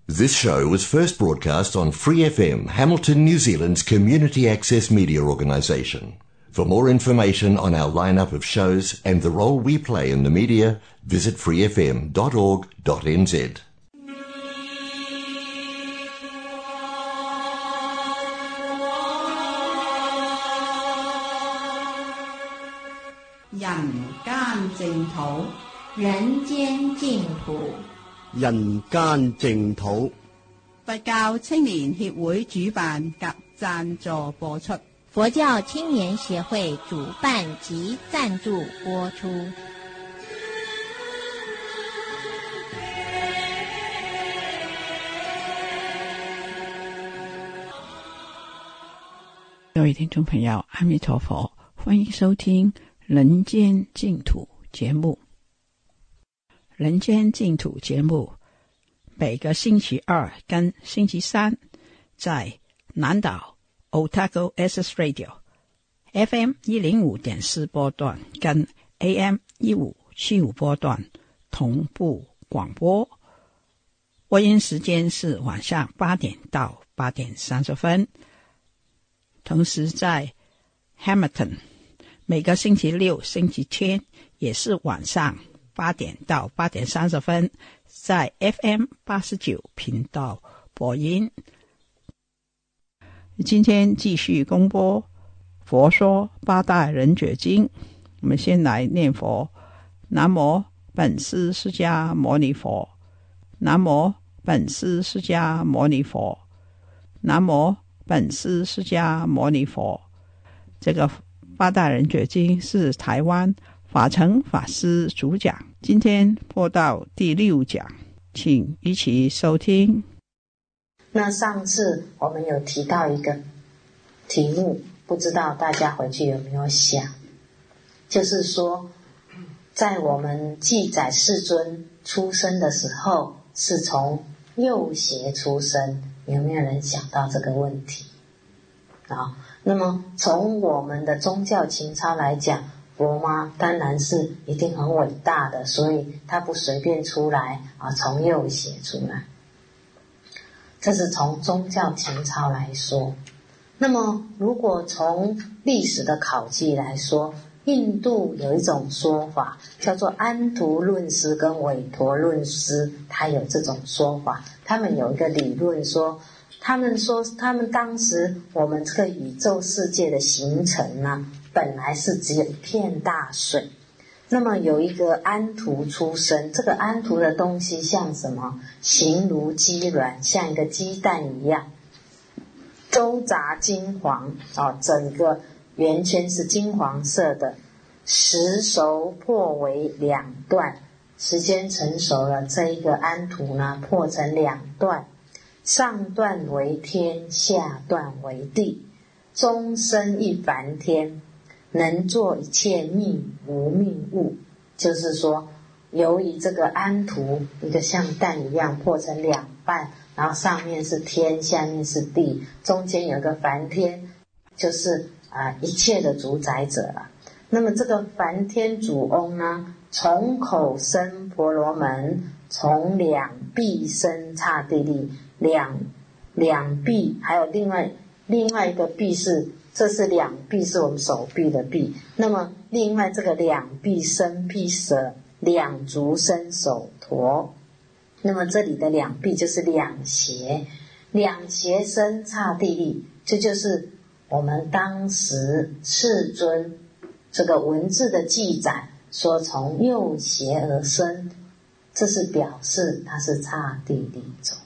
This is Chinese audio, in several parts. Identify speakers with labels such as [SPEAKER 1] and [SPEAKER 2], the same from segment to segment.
[SPEAKER 1] This show was first broadcast on Free FM, Hamilton, New Zealand's community access media organisation. For more information on our lineup of shows and the role we play in the media, visit freefm.org.nz.
[SPEAKER 2] 人間淨土，
[SPEAKER 3] 佛教青年協會主辦及贊助播出。
[SPEAKER 2] 佛教青年協會主辦及贊助播出。
[SPEAKER 3] 各位听众朋友，阿弥陀佛，欢迎收听人间净土节目。人间净土节目每个星期二跟星期三在南岛 Otago SS Radio FM 105.4波段跟 AM 1575波段同步广播，播音时间是晚上8点到8点30分。同时在 Hamilton 每个星期六星期天也是晚上8点到8点30分，在 FM 89频道播音。今天继续公播佛说八大人觉经，我们先来念佛。南无本师释迦牟尼佛，南无本师释迦牟尼佛，南无本师释迦牟尼佛。这个八大人觉经是台湾法成法师主讲，今天播到第6讲，请一起收听。
[SPEAKER 4] 那上次我们有提到一个题目，不知道大家回去有没有想，就是说在我们记载世尊出生的时候是从右胁出生，有没有人想到这个问题？好，那么从我们的宗教情操来讲，佛妈当然是一定很伟大的，所以他不随便出来从右胁出来，这是从宗教情操来说。那么如果从历史的考据来说，印度有一种说法叫做安图论师跟韦陀论师，他有这种说法。他们有一个理论说，他们当时我们这个宇宙世界的形成呢，本来是只有一片大水，那么有一个安图出生，这个安图的东西像什么？形如鸡卵，像一个鸡蛋一样，周匝金黄整个圆圈是金黄色的，时熟破为2段，时间成熟了，这一个安图呢破成2段，上段为天，下段为地，终生一梵天，能做一切命无命物。就是说由于这个安图一个像蛋一样破成2半，然后上面是天，下面是地，中间有个梵天，就是一切的主宰者了。那么这个梵天主翁呢，从口生婆罗门，从两臂生刹帝利，两臂还有另外一个臂是，这是两臂是我们手臂的臂，那么另外这个两臂生毗舍，两足生首陀，那么这里的两臂就是两胁，两胁生刹帝利，这就是我们当时世尊这个文字的记载说从右胁而生，这是表示他是刹帝利种，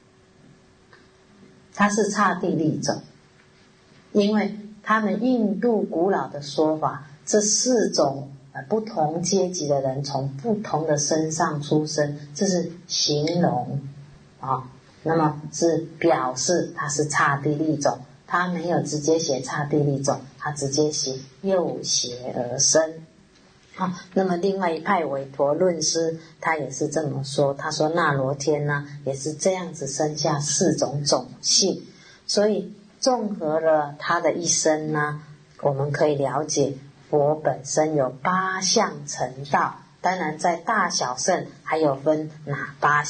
[SPEAKER 4] 他是刹帝利种。因为他们印度古老的说法，这4种不同阶级的人从不同的身上出生，这是形容那么是表示他是刹帝利种，他没有直接写刹帝利种，他直接写右胁而生。那么另外一派韦陀论师他也是这么说，他说那罗天呢也是这样子生下4种种姓，所以综合了他的一生呢，我们可以了解佛本身有8相成道，当然在大小乘还有分哪8项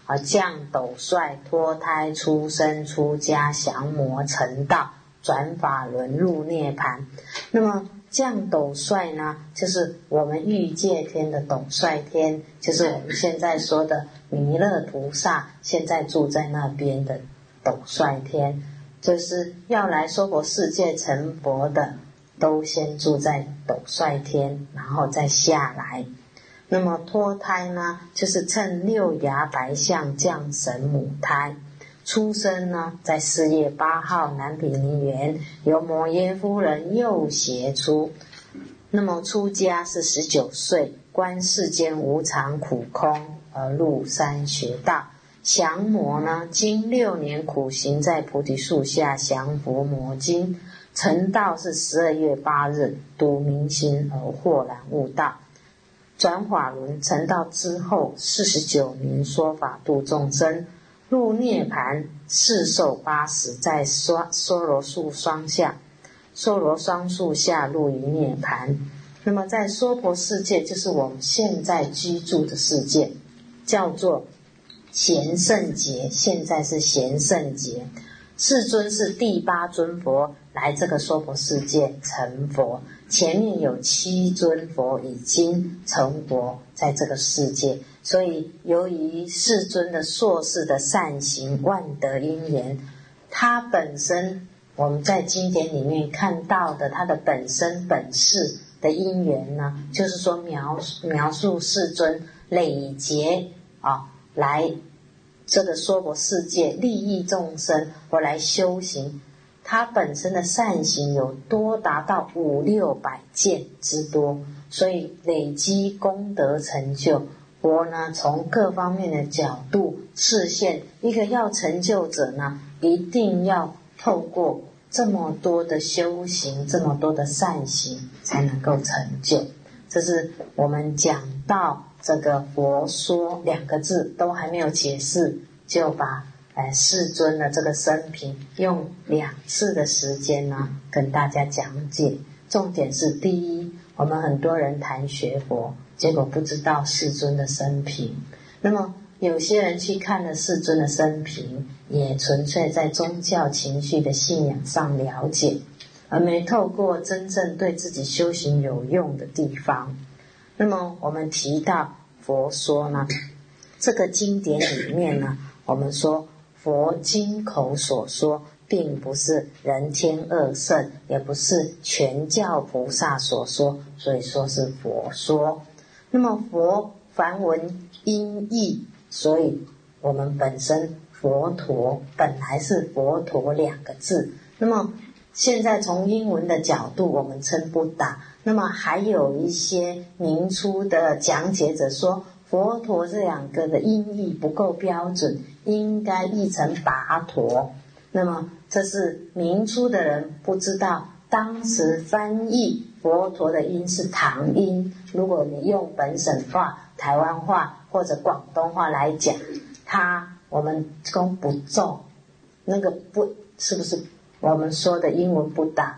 [SPEAKER 4] 降斗率脱胎出生出家降魔成道转法轮入涅盘。那么降斗率呢，就是我们欲界天的斗率天，就是我们现在说的弥勒菩萨现在住在那边的斗率天，就是要来娑婆世界成佛的都先住在斗率天，然后再下来。那么脱胎呢，就是趁六牙白象降神母胎。出生呢，在4月8号南毗尼园由摩耶夫人诱胁出。那么出家是19岁，观世间无常苦空而入山学道。降魔呢，经6年苦行，在菩提树下降伏魔经。成道是12月8日，睹明星而豁然悟道。转法轮成道之后49年说法度众生，入涅盘世寿80，在娑罗树双下，娑罗双树下入于涅盘。那么在娑婆世界，就是我们现在居住的世界，叫做贤圣劫，现在是贤圣劫。世尊是第8尊佛来这个娑婆世界成佛，前面有7尊佛已经成佛在这个世界，所以由于世尊的硕士的善行万德因缘，他本身我们在经典里面看到的他的本身本事的因缘呢，就是说描述世尊累劫来这个娑婆世界利益众生或来修行，他本身的善行有多达到500-600件之多，所以累积功德成就。佛呢，从各方面的角度示现，一个要成就者呢，一定要透过这么多的修行，这么多的善行才能够成就。这是我们讲到这个佛说2个字都还没有解释，就把世尊的这个生平用2次的时间呢跟大家讲解。重点是第一，我们很多人谈学佛，结果不知道世尊的生平。那么有些人去看了世尊的生平，也纯粹在宗教情绪的信仰上了解，而没透过真正对自己修行有用的地方。那么我们提到佛说呢，这个经典里面呢，我们说佛经口所说，并不是人天二圣，也不是全教菩萨所说，所以说是佛说。那么佛梵文音译，所以我们本身佛陀本来是佛陀2个字。那么现在从英文的角度，我们称不达。那么还有一些明初的讲解者说，佛陀这2个的音译不够标准，应该译成跋陀。那么这是明初的人不知道，当时翻译佛陀的音是唐音。如果你用本省话、台湾话或者广东话来讲，我们讲不咒，那个不是不是我们说的英文不打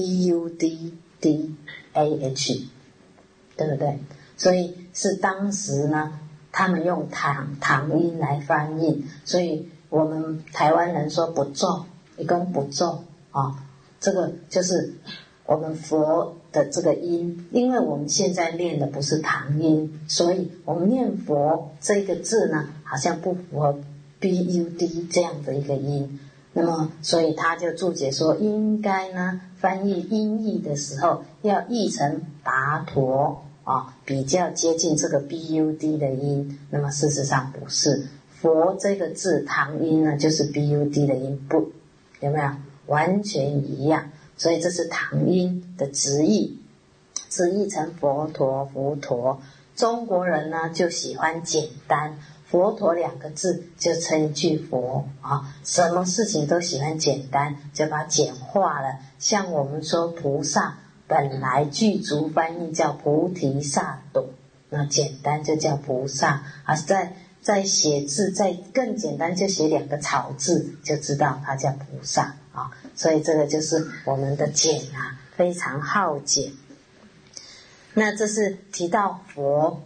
[SPEAKER 4] BUDDAH， 对不对？所以是当时呢，他们用唐音来翻译，所以我们台湾人说不咒，一共不咒这个就是我们佛的这个音。因为我们现在念的不是唐音，所以我们念佛这个字呢，好像不符合 BUD 这样的一个音。那么所以他就注解说，应该呢翻译音译的时候要译成跋陀比较接近这个 BUD 的音。那么事实上不是，佛这个字唐音呢就是 BUD 的音，不，有没有完全一样？所以这是唐音的直译，直译成佛陀、佛陀。中国人呢就喜欢简单，佛陀2个字就称一句佛什么事情都喜欢简单，就把它简化了。像我们说菩萨，本来具足翻译叫菩提萨埵，那简单就叫菩萨再写字再更简单，就写2个草字，就知道它叫菩萨所以这个就是我们的简非常好简。那这是提到佛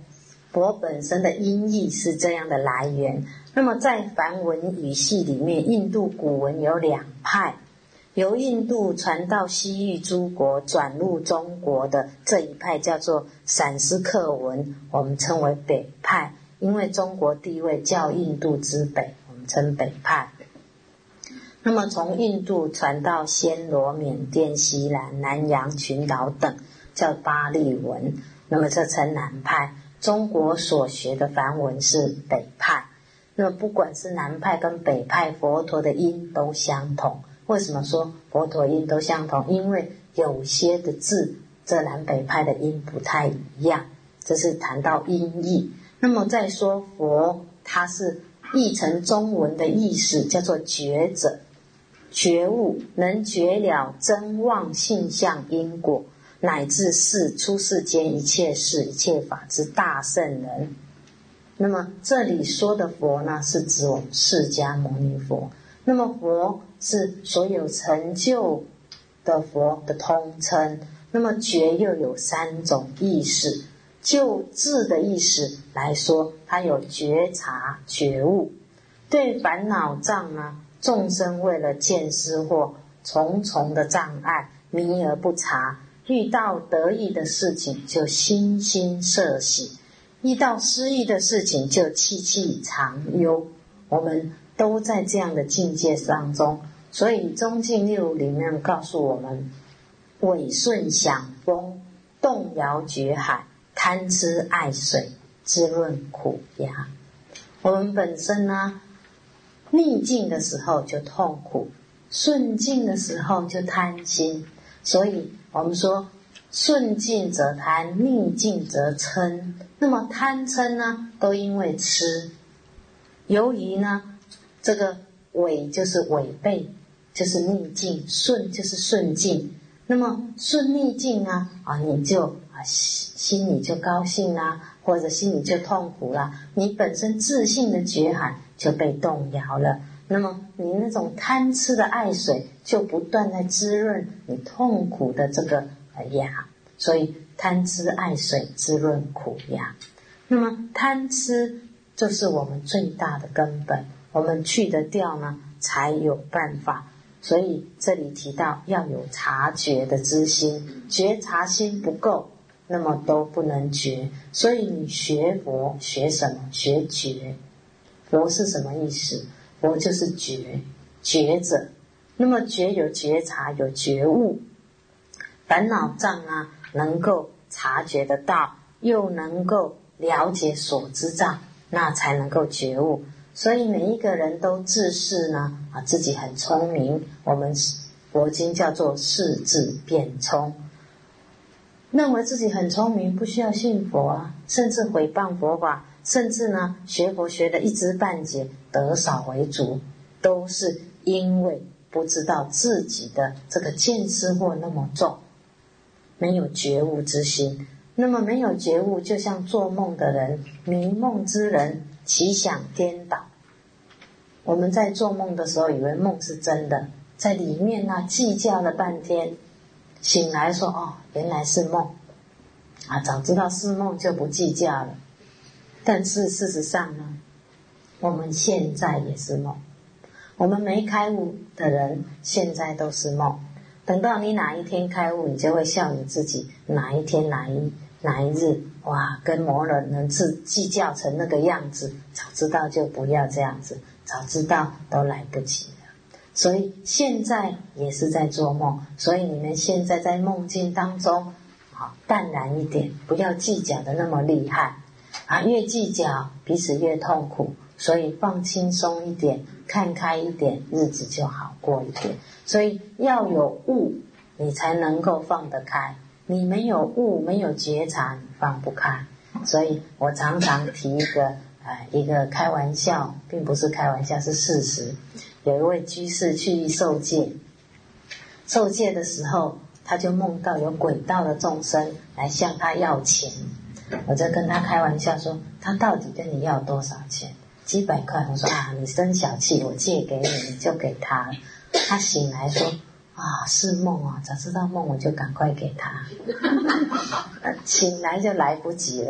[SPEAKER 4] 佛本身的音译是这样的来源。那么在梵文语系里面，印度古文有2派，由印度传到西域诸国转入中国的这一派叫做闪斯克文，我们称为北派，因为中国地位较印度之北，我们称北派。那么从印度传到暹罗、缅甸、西兰、南洋群岛等叫巴利文，那么这称南派。中国所学的梵文是北派。那么不管是南派跟北派，佛陀的音都相同。为什么说佛陀音都相同？因为有些的字这南北派的音不太一样，这是谈到音译。那么再说佛，它是译成中文的意思叫做觉者，觉悟，能觉了真妄性相因果，乃至出世间一切事一切法之大圣人。那么这里说的佛呢，是指我们释迦牟尼佛。那么佛是所有成就的佛的通称。那么觉又有3种意思，就智的意思来说，它有觉察觉悟。对烦恼障呢，众生为了见思惑重重的障碍，迷而不察，遇到得意的事情就心心摄喜，遇到失意的事情就戚戚常忧。我们都在这样的境界当中，所以中境六里面告诉我们，违顺想风，动摇觉海，贪吃爱水，滋润苦牙。我们本身呢，逆境的时候就痛苦，顺境的时候就贪心。所以我们说顺境则贪，逆境则嗔。那么贪嗔呢，都因为吃。由于呢，这个违就是违背，就是逆境；顺就是顺境。那么顺逆境呢，你就心里就高兴啦，或者心里就痛苦啦，你本身自信的觉海就被动摇了。那么你那种贪吃的爱水就不断在滋润你痛苦的这个牙，所以贪吃爱水滋润苦牙。那么贪吃就是我们最大的根本，我们去得掉呢，才有办法。所以这里提到要有察觉的之心，觉察心不够，那么都不能觉。所以你学佛学什么？学觉。佛是什么意思？佛就是觉，觉者。那么觉有觉察，有觉悟，烦恼障啊能够察觉得到，又能够了解所知障，那才能够觉悟。所以每一个人都自视呢自己很聪明，我们佛经叫做视智辩聪，认为自己很聪明，不需要信佛啊，甚至毁谤佛法，甚至呢学佛学的一知半解，得少为足，都是因为不知道自己的这个见思惑那么重，没有觉悟之心。那么没有觉悟，就像做梦的人，迷梦之人，奇想颠倒。我们在做梦的时候以为梦是真的，在里面计较了半天，醒来说原来是梦早知道是梦就不计较了。但是事实上呢，我们现在也是梦，我们没开悟的人现在都是梦。等到你哪一天开悟，你就会笑你自己哪一天哪一日跟某人计较成那个样子，早知道就不要这样子，早知道都来不及了。所以现在也是在做梦，所以你们现在在梦境当中淡然一点，不要计较的那么厉害越计较彼此越痛苦，所以放轻松一点，看开一点，日子就好过一点。所以要有悟，你才能够放得开，你没有悟，没有觉察，你放不开。所以我常常提一个开玩笑，并不是开玩笑，是事实。有一位居士去受戒，受戒的时候他就梦到有鬼道的众生来向他要钱，我就跟他开玩笑说，他到底跟你要多少钱？几百块。我说你生小气，我借给你，你就给他。他醒来说是梦早知道梦我就赶快给他醒来就来不及了，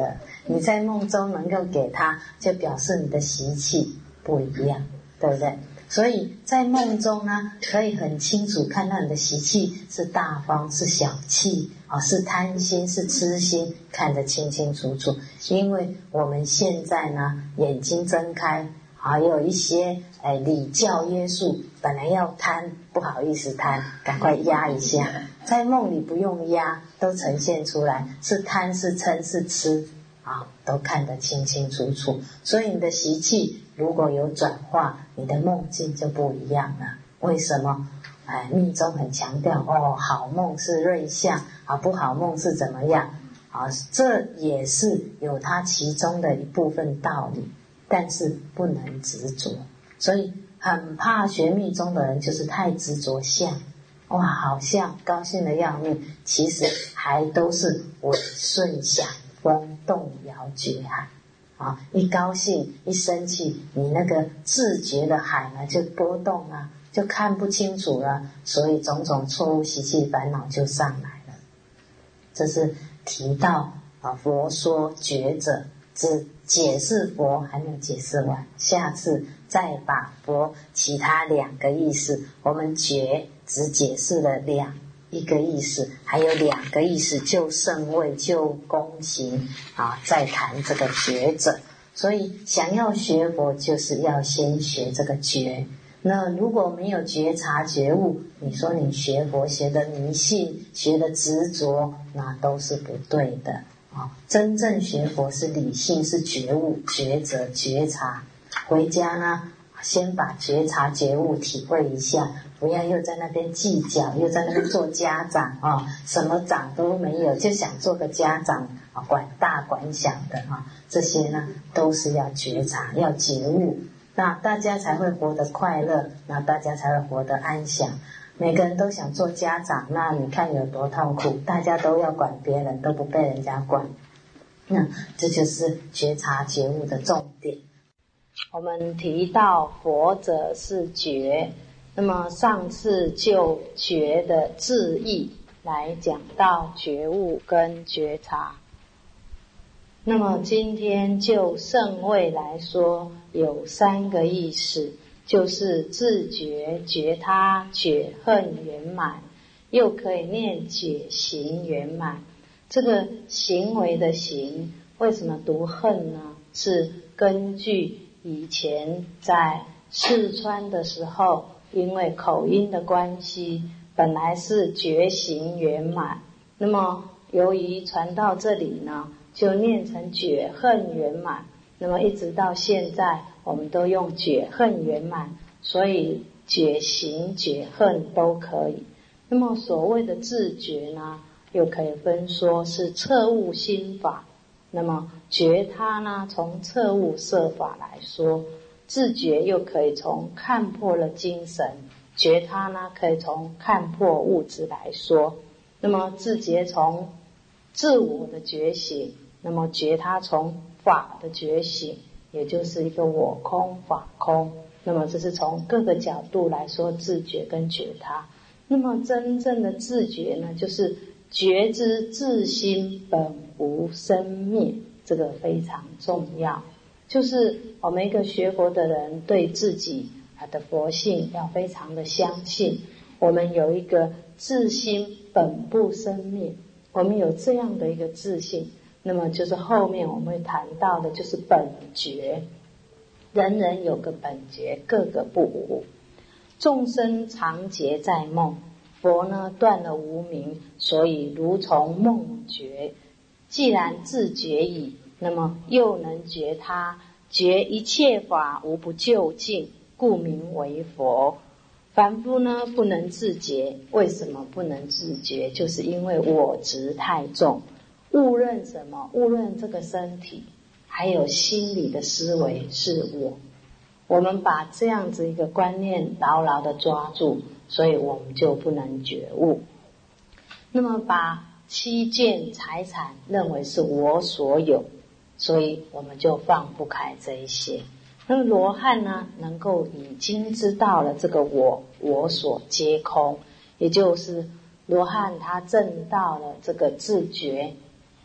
[SPEAKER 4] 你在梦中能够给他，就表示你的习气不一样，对不对？所以在梦中呢，可以很清楚看到你的习气是大方是小气是贪心是痴心，看得清清楚楚。因为我们现在呢眼睛睁开有一些礼教约束，本来要贪不好意思贪，赶快压一下，在梦里不用压，都呈现出来，是贪是嗔是痴都看得清清楚楚。所以你的习气如果有转化，你的梦境就不一样了。为什么？密宗很强调好梦是瑞相不好梦是怎么样这也是有它其中的一部分道理，但是不能执着。所以很怕学密宗的人就是太执着相，好像高兴得要命，其实还都是违顺想风，动摇觉海一高兴一生气，你那个自觉的海呢就波动就看不清楚了，所以种种错误习气烦恼就上来了。这是提到佛说觉者，只解释佛还没有解释完，下次再把佛其他两个意思，我们觉只解释了一个意思，还有两个意思，就圣位就功行再谈这个觉者。所以想要学佛，就是要先学这个觉。那如果没有觉察觉悟，你说你学佛学的迷信，学的执着，那都是不对的真正学佛是理性，是觉悟、觉者、觉察。回家呢，先把觉察觉悟体会一下，不要又在那边计较，又在那边做家长什么长都没有，就想做个家长管大管小的这些呢都是要觉察，要觉悟，那大家才会活得快乐，那大家才会活得安详。每个人都想做家长，那你看有多痛苦，大家都要管别人，都不被人家管。那这就是觉察觉悟的重点。我们提到佛者是觉，那么上次就觉的字义来讲到觉悟跟觉察，那么今天就圣位来说，有三个意思，就是自觉、觉他、觉恨圆满，又可以念觉行圆满。这个行为的行，为什么读恨呢？是根据以前在四川的时候，因为口音的关系，本来是觉行圆满，那么由于传到这里呢，就念成觉恨圆满，那么一直到现在我们都用觉恨圆满，所以觉行觉恨都可以。那么所谓的自觉呢，又可以分说是彻悟心法，那么觉他呢，从彻悟色法来说，自觉又可以从看破了精神，觉他呢可以从看破物质来说。那么自觉从自我的觉醒，那么觉他从法的觉醒，也就是一个我空法空。那么这是从各个角度来说自觉跟觉他。那么真正的自觉呢，就是觉知自心本无生灭，这个非常重要。就是我们一个学佛的人，对自己的佛性要非常的相信。我们有一个自心本不生灭，我们有这样的一个自信，那么就是后面我们会谈到的就是本觉。人人有个本觉，个个不无。众生常结在梦，佛呢断了无明，所以如从梦觉。既然自觉矣，那么又能觉他，觉一切法无不究竟，故名为佛。凡夫呢不能自觉，为什么不能自觉？就是因为我执太重，误认什么？误认这个身体，还有心理的思维是我。我们把这样子一个观念牢牢的抓住，所以我们就不能觉悟。那么把七件财产认为是我所有，所以我们就放不开这一些。那么罗汉呢，能够已经知道了这个我所皆空，也就是罗汉他证到了这个自觉，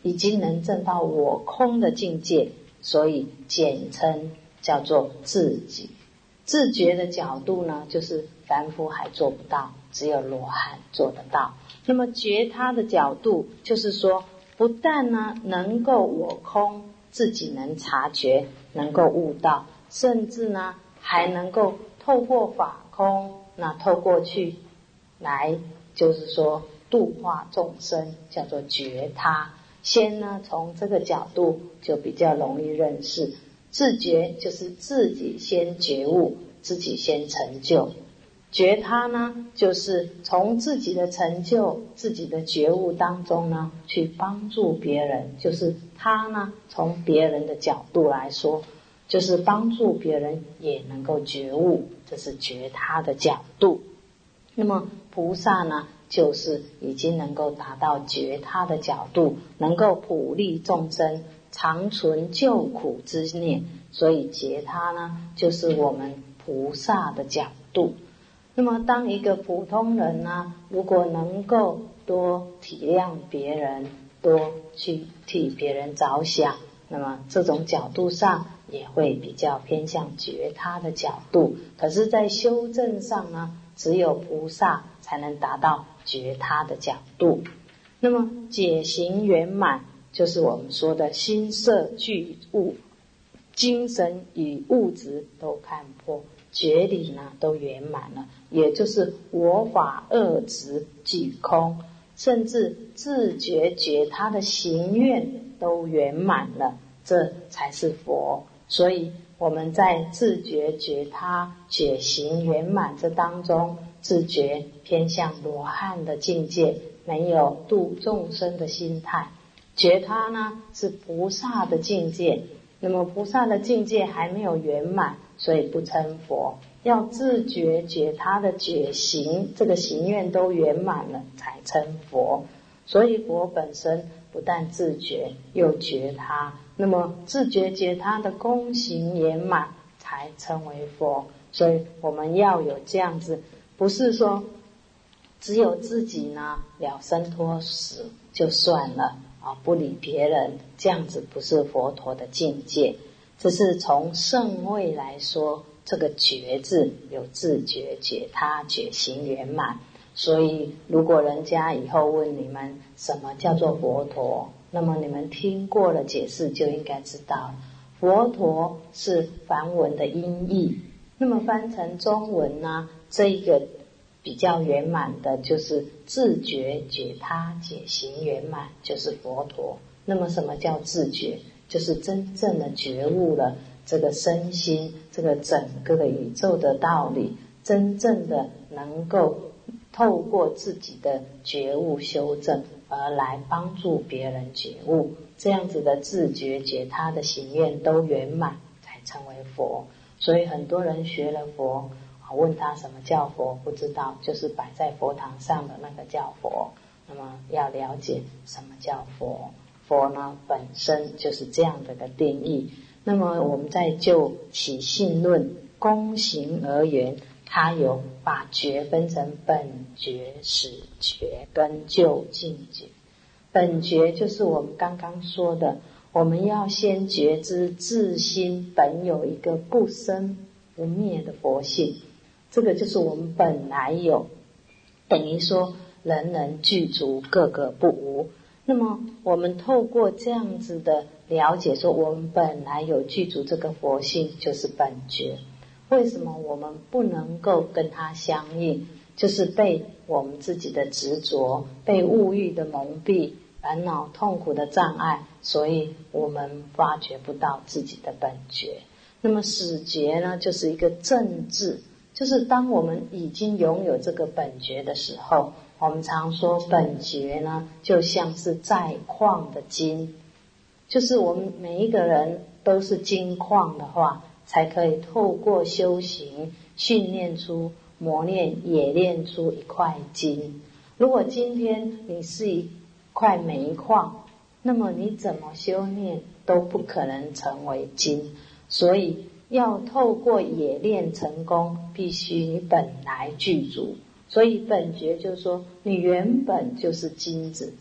[SPEAKER 4] 已经能证到我空的境界，所以简称叫做自己。自觉的角度呢，就是凡夫还做不到，只有罗汉做得到。那么觉他的角度，就是说不但呢能够我空，自己能察觉，能够悟到，甚至呢还能够透过法空，那透过去来就是说度化众生，叫做觉他。先呢从这个角度就比较容易认识，自觉就是自己先觉悟，自己先成就。觉他呢，就是从自己的成就、自己的觉悟当中呢，去帮助别人。就是他呢，从别人的角度来说，就是帮助别人也能够觉悟，这是觉他的角度。那么菩萨呢，就是已经能够达到觉他的角度，能够普利众生，常存救苦之念。所以觉他呢，就是我们菩萨的角度。那么当一个普通人呢，如果能够多体谅别人，多去替别人着想，那么这种角度上也会比较偏向觉他的角度。可是在修正上呢，只有菩萨才能达到觉他的角度。那么解行圆满，就是我们说的心色具物，精神与物质都看破，觉理呢都圆满了，也就是我法二执俱空，甚至自觉觉他的行愿都圆满了，这才是佛。所以我们在自觉觉他觉行圆满这当中，自觉偏向罗汉的境界，没有度众生的心态。觉他呢是菩萨的境界，那么菩萨的境界还没有圆满，所以不称佛。要自觉觉他的觉行，这个行愿都圆满了才称佛。所以佛本身不但自觉又觉他，那么自觉觉他的功行圆满才称为佛。所以我们要有这样子，不是说只有自己呢了生脱死就算了啊，不理别人，这样子不是佛陀的境界。这是从圣位来说，这个觉字有自觉觉他觉行圆满。所以如果人家以后问你们什么叫做佛陀，那么你们听过了解释就应该知道，佛陀是梵文的音译，那么翻成中文呢，这一个比较圆满的就是自觉觉他觉行圆满，就是佛陀。那么什么叫自觉？就是真正的觉悟了这个身心，这个整个的宇宙的道理，真正的能够透过自己的觉悟修正而来帮助别人觉悟，这样子的自觉觉他的行愿都圆满才成为佛。所以很多人学了佛，问他什么叫佛，不知道，就是摆在佛堂上的那个叫佛。那么要了解什么叫佛，佛呢本身就是这样的一个定义。那么我们再就起信论公行而言，它有把觉分成本觉、始觉跟究竟觉。本觉就是我们刚刚说的，我们要先觉知自心本有一个不生不灭的佛性，这个就是我们本来有，等于说人人具足，个个不无。那么我们透过这样子的了解，说我们本来有具足这个佛性，就是本觉。为什么我们不能够跟它相应？就是被我们自己的执着，被物欲的蒙蔽，烦恼痛苦的障碍，所以我们发觉不到自己的本觉。那么始觉呢，就是一个正智，就是当我们已经拥有这个本觉的时候，我们常说本觉呢就像是在矿的金，就是我们每一个人都是金矿的话，才可以透过修行训练出磨练冶炼出一块金。如果今天你是一块煤矿，那么你怎么修炼都不可能成为金。所以要透过冶炼成功，必须你本来具足。所以本觉就是说你原本就是金子，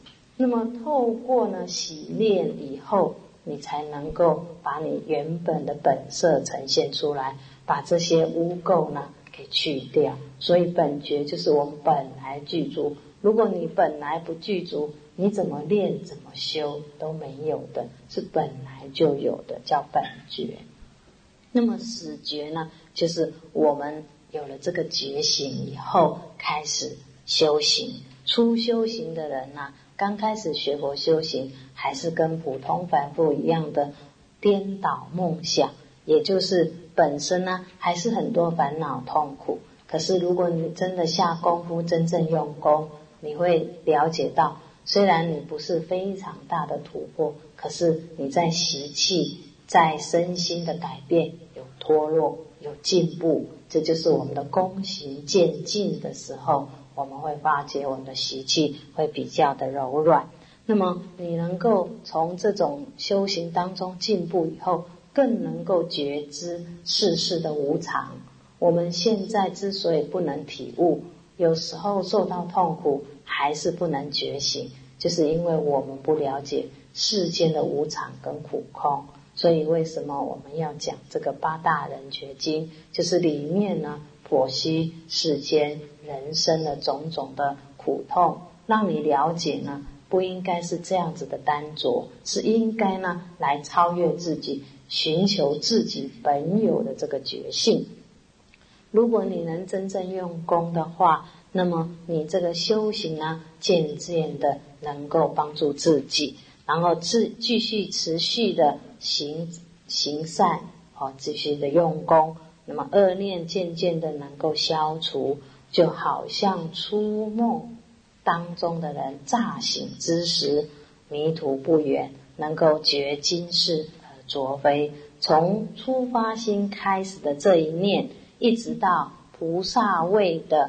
[SPEAKER 4] 那么透过呢洗练以后，你才能够把你原本的本色呈现出来，把这些污垢呢给去掉。所以本觉就是我们本来具足，如果你本来不具足，你怎么练怎么修都没有的，是本来就有的，叫本觉。那么始觉呢，就是我们有了这个觉醒以后开始修行。初修行的人啊，刚开始学佛修行还是跟普通凡夫一样的颠倒梦想，也就是本身呢还是很多烦恼痛苦。可是如果你真的下功夫真正用功，你会了解到，虽然你不是非常大的突破，可是你在习气在身心的改变有脱落有进步，这就是我们的功行渐进的时候，我们会发觉我们的习气会比较的柔软。那么你能够从这种修行当中进步以后，更能够觉知世事的无常。我们现在之所以不能体悟，有时候受到痛苦还是不能觉醒，就是因为我们不了解世间的无常跟苦空。所以为什么我们要讲这个八大人觉经，就是里面呢剖析世间人生的种种的苦痛，让你了解呢不应该是这样子的单着，是应该呢来超越自己，寻求自己本有的这个觉性。如果你能真正用功的话，那么你这个修行呢渐渐的能够帮助自己，然后继续持续的行善，继续的用功，那么恶念渐渐的能够消除，就好像初梦当中的人乍醒之时，迷途不远，能够觉今世而着非。从出发心开始的这一念，一直到菩萨位的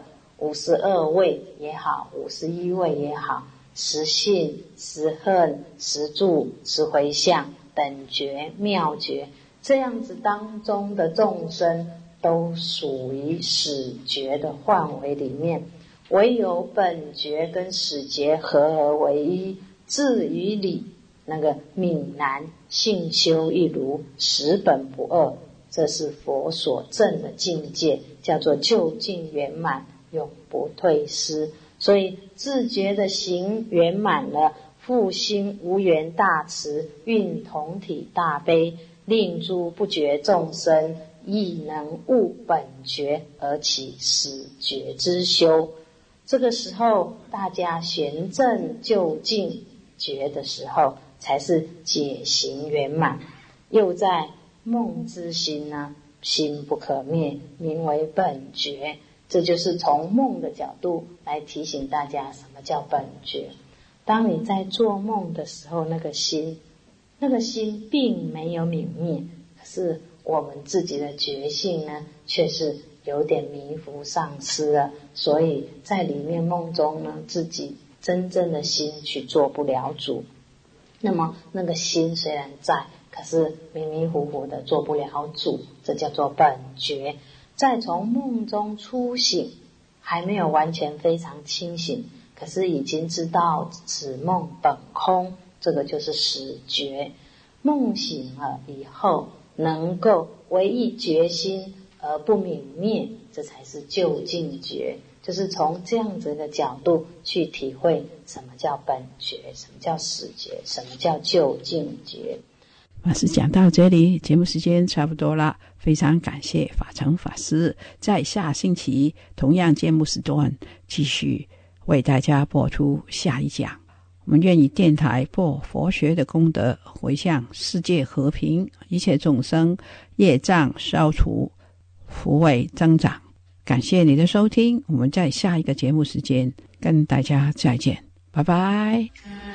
[SPEAKER 4] 52位也好，51位也好，十信、十恨、十住、十回向、等觉、妙觉，这样子当中的众生都属于始觉的范围里面，唯有本觉跟始觉合而为一，至于理那个泯然性修一如，十本不二，这是佛所证的境界，叫做究竟圆满，永不退失。所以自觉的行圆满了，复心无缘大慈，运同体大悲，令诸不觉众生亦能悟本觉而起始觉之修。这个时候大家玄正究竟觉的时候，才是解行圆满。又在梦之心呢，心不可灭，名为本觉。这就是从梦的角度来提醒大家什么叫本觉。当你在做梦的时候，那个心并没有泯灭，可是我们自己的觉性呢却是有点迷糊丧失了，所以在里面梦中呢，自己真正的心去做不了主。那么那个心虽然在，可是迷迷糊糊的做不了主，这叫做本觉。再从梦中初醒，还没有完全非常清醒，可是已经知道此梦本空，这个就是始觉。梦醒了以后，能够唯一觉心而不泯灭，这才是究竟觉。就是从这样子的角度去体会什么叫本觉，什么叫始觉，什么叫究竟觉。
[SPEAKER 3] 法师讲到这里，节目时间差不多了，非常感谢法成法师在下星期同样节目时段继续为大家播出下一讲。我们愿以电台播佛学的功德，回向世界和平，一切众生业障消除，福慧增长。感谢你的收听，我们在下一个节目时间跟大家再见，拜拜。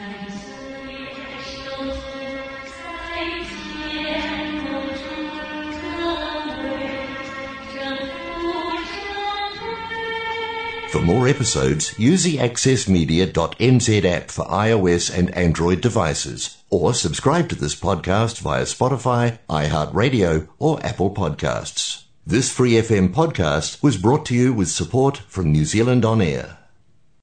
[SPEAKER 1] For more episodes, use the accessmedia.nz app for iOS and Android devices, or subscribe to this podcast via Spotify, iHeartRadio, or Apple Podcasts. This Free FM podcast was brought to you with support from New Zealand On Air.